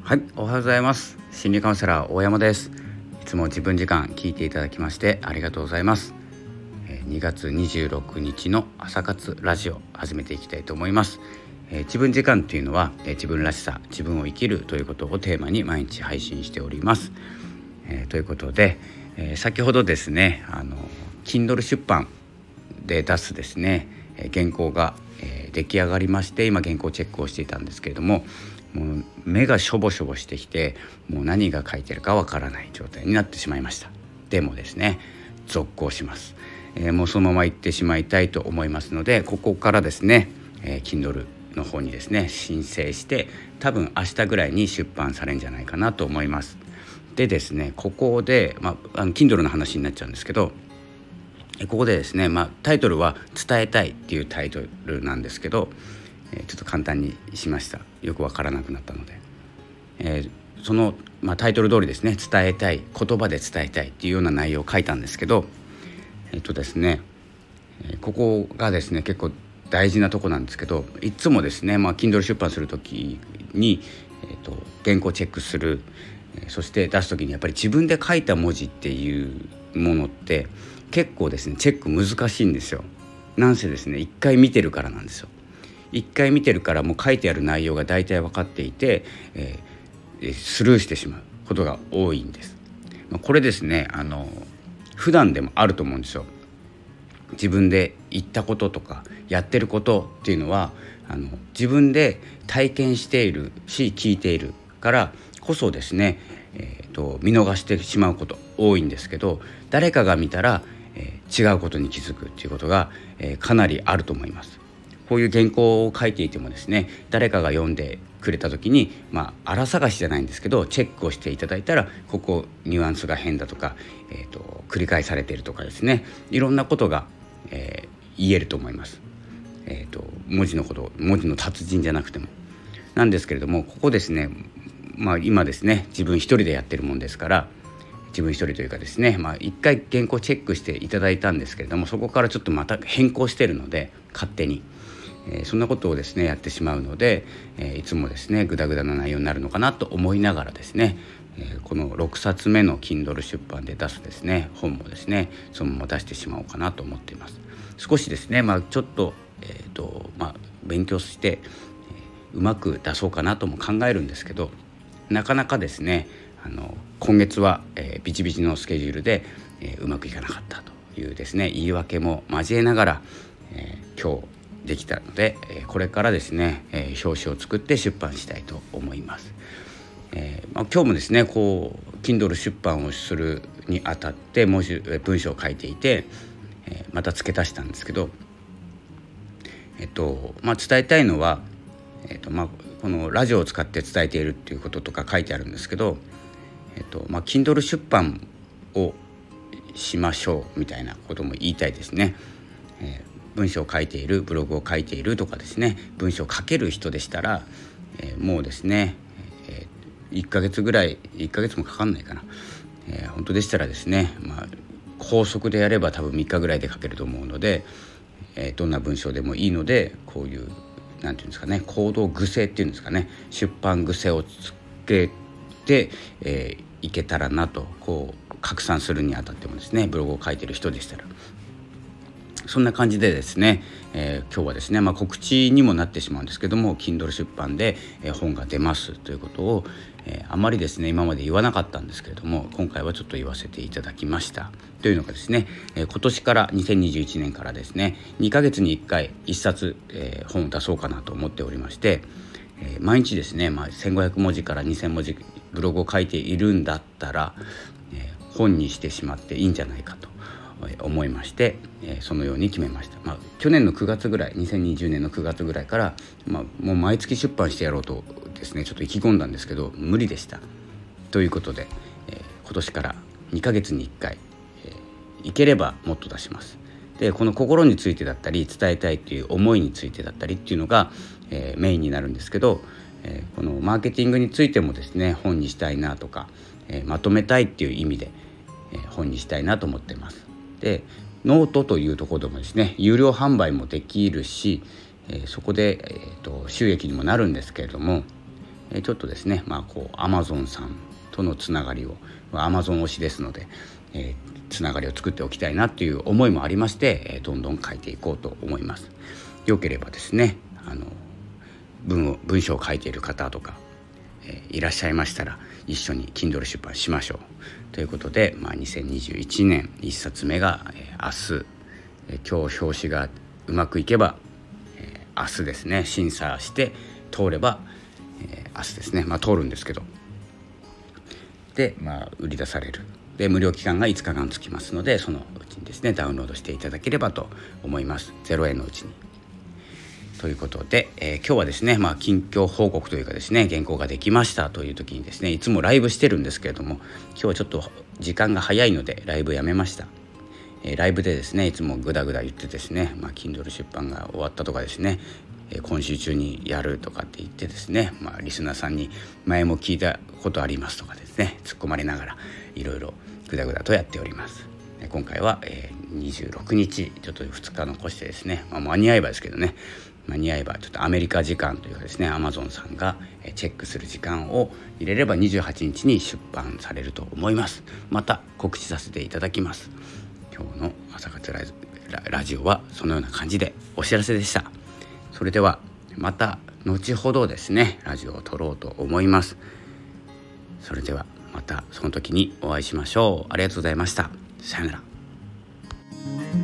はい、おはようございます。心理カウンセラー大山です。いつも自分時間聞いていただきましてありがとうございます。2月26日の朝活ラジオ始めていきたいと思います。自分時間というのは、自分らしさ、自分を生きるということをテーマに毎日配信しております。ということで、先ほどですねKindle 出版で出すですね、原稿が、出来上がりまして、今原稿チェックをしていたんですけれども、もう目がしょぼしょぼしてきて、もう何が書いてるかわからない状態になってしまいました。でもですね、続行します。もうそのまま行ってしまいたいと思いますので、ここからですね、Kindle の方にですね申請して、多分明日ぐらいに出版されるんじゃないかなと思います。でですね、ここで、Kindle の話になっちゃうんですけど、ここでですね、タイトルは伝えたいっていうタイトルなんですけど、ちょっと簡単にしました。よくわからなくなったので、その、タイトル通りですね、伝えたい、言葉で伝えたいっていうような内容を書いたんですけど、ですね、ここがですね結構大事なとこなんですけど、いつもですね、Kindle 出版するときに、原稿チェックする、そして出すときにやっぱり自分で書いた文字っていうものって結構ですねチェック難しいんですよ。なんせですね、一回見てるからなんですよ。一回見てるから、もう書いてある内容が大体分かっていて、スルーしてしまうことが多いんです。これですね、普段でもあると思うんですよ。自分で言ったこととかやってることっていうのは、自分で体験しているし聞いているからこそですね、見逃してしまうこと多いんですけど、誰かが見たら、違うことに気づくっていうことが、かなりあると思います。こういう原稿を書いていてもですね、誰かが読んでくれた時に、荒探しじゃないんですけど、チェックをしていただいたら、ここニュアンスが変だとか、繰り返されているとかですね、いろんなことが、言えると思います。文字の達人じゃなくてもなんですけれども、ここですね、今ですね自分一人でやってるもんですから、自分一人というかですね、一回原稿チェックしていただいたんですけれども、そこからちょっとまた変更してるので、勝手に、そんなことをですねやってしまうので、いつもですねグダグダな内容になるのかなと思いながらですね、この6冊目の Kindle 出版で出すですね本もですね、そのまま出してしまおうかなと思っています。少しですね、ちょっと、勉強して、うまく出そうかなとも考えるんですけど、なかなかですね今月は、ビチビチのスケジュールで、うまくいかなかったというですね言い訳も交えながら、今日できたので、これからですね、表紙を作って出版したいと思います。今日もですねKindle 出版をするにあたって文章を書いていて、また付け足したんですけど、伝えたいのは、このラジオを使って伝えているっていうこととか書いてあるんですけど、Kindle 出版をしましょうみたいなことも言いたいですね。文章を書いている、ブログを書いているとかですね、文章を書ける人でしたら、もうですね、1ヶ月ぐらい、1ヶ月もかかんないかな、本当でしたらですね、高速でやれば多分3日ぐらいで書けると思うので、どんな文章でもいいので、こういうなんていうんですかね、行動癖っていうんですかね、出版癖をつけて、いけたらなと、拡散するにあたってもですね、ブログを書いている人でしたらそんな感じでですね、今日はですね、告知にもなってしまうんですけども、 Kindle 出版で、本が出ますということを、あまりですね今まで言わなかったんですけれども、今回はちょっと言わせていただきました。というのがですね、今年から2021年からですね、2ヶ月に1回1冊、本を出そうかなと思っておりまして、毎日ですね、1500文字から2000文字ブログを書いているんだったら、本にしてしまっていいんじゃないかと思いまして、そのように決めました。去年の9月ぐらい、2020年の9月ぐらいから、もう毎月出版してやろうとですねちょっと意気込んだんですけど、無理でした。ということで、今年から2ヶ月に1回、いければもっと出します。で、この心についてだったり、伝えたいという思いについてだったりっていうのが、メインになるんですけど、このマーケティングについてもですね本にしたいなとか、まとめたいっていう意味で、本にしたいなと思っています。で、ノートというところでもですね、有料販売もできるし、そこで、収益にもなるんですけれども、 ちょっとですねAmazon さんとのつながりを Amazon 推しですので、つながりを作っておきたいなという思いもありまして、どんどん書いていこうと思います。よければですね文章を書いている方とか、いらっしゃいましたら一緒に Kindle 出版しましょうということで、2021年1冊目が、明日、今日表紙がうまくいけば、明日ですね審査して通れば、明日ですね通るんですけどで、売り出される。で無料期間が5日間つきますので、そのうちにですねダウンロードしていただければと思います。0円のうちに。ということで、今日はですね、近況報告というかですね、原稿ができましたという時にですね、いつもライブしてるんですけれども、今日はちょっと時間が早いのでライブやめました。ライブでですねいつもグダグダ言ってですね、Kindle 出版が終わったとかですね、今週中にやるとかって言ってですね、リスナーさんに前も聞いたことありますとかですね突っ込まれながらいろいろグダグダとやっております。今回は、26日ちょっと2日残してですね、間に合えばですけどね、間に合えばちょっとアメリカ時間というかですね Amazon さんがチェックする時間を入れれば28日に出版されると思います。また告知させていただきます。今日の朝活ラジオはそのような感じでお知らせでした。それではまた後ほどですねラジオを撮ろうと思います。それではまたその時にお会いしましょう。ありがとうございました。さよなら。